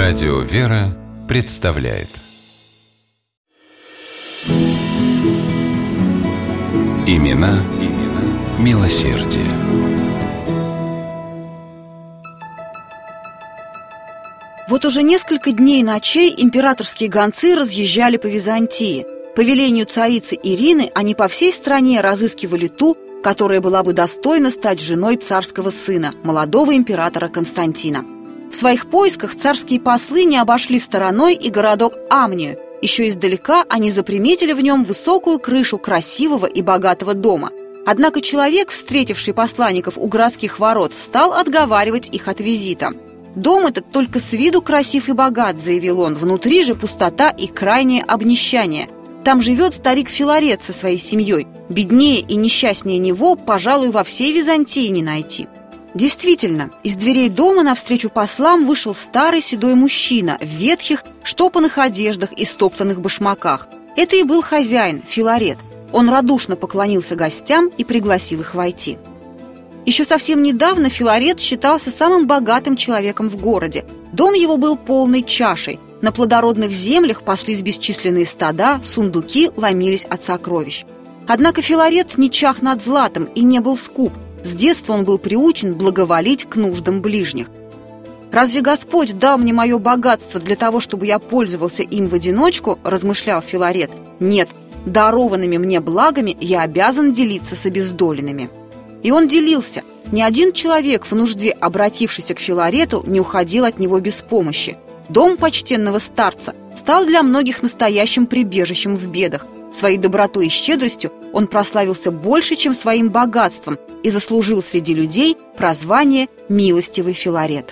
Радио «Вера» представляет Имена милосердия. Вот уже несколько дней и ночей императорские гонцы разъезжали по Византии. По велению царицы Ирины они по всей стране разыскивали ту, которая была бы достойна стать женой царского сына, молодого императора Константина. В своих поисках царские послы не обошли стороной и городок Амнию. Еще издалека они заприметили в нем высокую крышу красивого и богатого дома. Однако человек, встретивший посланников у городских ворот, стал отговаривать их от визита. «Дом этот только с виду красив и богат», — заявил он, «внутри же пустота и крайнее обнищание. Там живет старик Филарет со своей семьей. Беднее и несчастнее него, пожалуй, во всей Византии не найти». Действительно, из дверей дома навстречу послам вышел старый седой мужчина в ветхих, штопанных одеждах и стоптанных башмаках. Это и был хозяин, Филарет. Он радушно поклонился гостям и пригласил их войти. Еще совсем недавно Филарет считался самым богатым человеком в городе. Дом его был полной чашей. На плодородных землях паслись бесчисленные стада, сундуки ломились от сокровищ. Однако Филарет не чах над златом и не был скуп. С детства он был приучен благоволить к нуждам ближних. «Разве Господь дал мне мое богатство для того, чтобы я пользовался им в одиночку?» – размышлял Филарет. «Нет, дарованными мне благами я обязан делиться с обездоленными». И он делился. Ни один человек в нужде, обратившийся к Филарету, не уходил от него без помощи. Дом почтенного старца стал для многих настоящим прибежищем в бедах. Своей добротой и щедростью он прославился больше, чем своим богатством, и заслужил среди людей прозвание «Милостивый Филарет».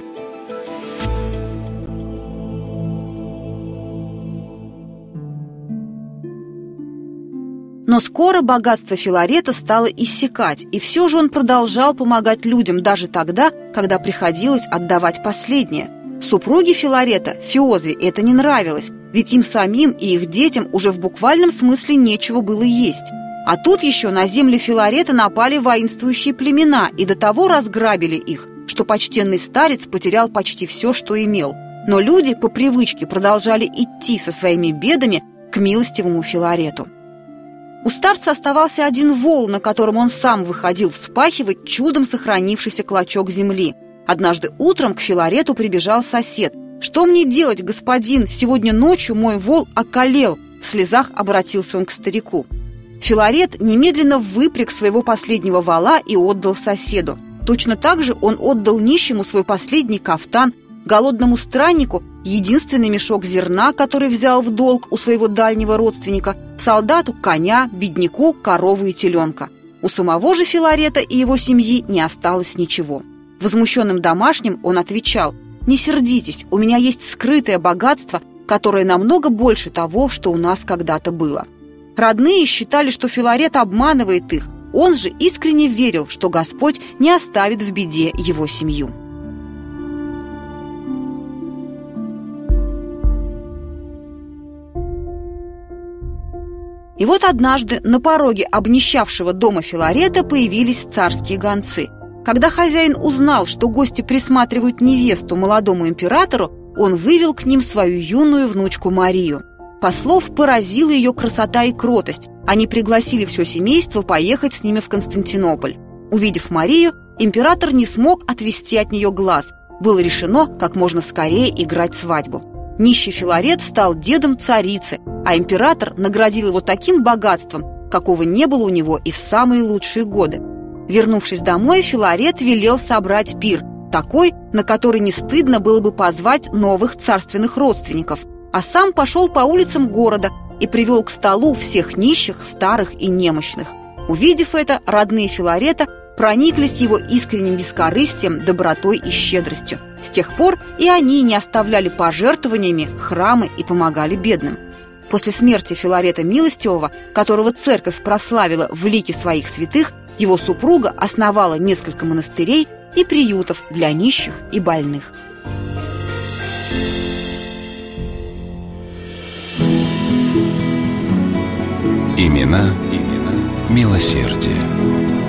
Но скоро богатство Филарета стало иссякать, и все же он продолжал помогать людям даже тогда, когда приходилось отдавать последнее. Супруге Филарета, Феозве, это не нравилось, ведь им самим и их детям уже в буквальном смысле нечего было есть. А тут еще на земли Филарета напали воинствующие племена и до того разграбили их, что почтенный старец потерял почти все, что имел. Но люди по привычке продолжали идти со своими бедами к милостивому Филарету. У старца оставался один вол, на котором он сам выходил вспахивать чудом сохранившийся клочок земли. Однажды утром к Филарету прибежал сосед. «Что мне делать, господин? Сегодня ночью мой вол околел!» В слезах обратился он к старику. Филарет немедленно выпряг своего последнего вола и отдал соседу. Точно так же он отдал нищему свой последний кафтан, голодному страннику единственный мешок зерна, который взял в долг у своего дальнего родственника, солдату коня, бедняку корову и теленка. У самого же Филарета и его семьи не осталось ничего. Возмущенным домашним он отвечал: «Не сердитесь, у меня есть скрытое богатство, которое намного больше того, что у нас когда-то было». Родные считали, что Филарет обманывает их. Он же искренне верил, что Господь не оставит в беде его семью. И вот однажды на пороге обнищавшего дома Филарета появились царские гонцы. Когда хозяин узнал, что гости присматривают невесту молодому императору, он вывел к ним свою юную внучку Марию. Послов поразила ее красота и кротость. Они пригласили все семейство поехать с ними в Константинополь. Увидев Марию, император не смог отвести от нее глаз. Было решено как можно скорее играть свадьбу. Нищий Филарет стал дедом царицы, а император наградил его таким богатством, какого не было у него и в самые лучшие годы. Вернувшись домой, Филарет велел собрать пир, такой, на который не стыдно было бы позвать новых царственных родственников, а сам пошел по улицам города и привел к столу всех нищих, старых и немощных. Увидев это, родные Филарета прониклись его искренним бескорыстием, добротой и щедростью. С тех пор и они не оставляли пожертвованиями храмы и помогали бедным. После смерти Филарета Милостивого, которого церковь прославила в лике своих святых, его супруга основала несколько монастырей и приютов для нищих и больных. Имена милосердия.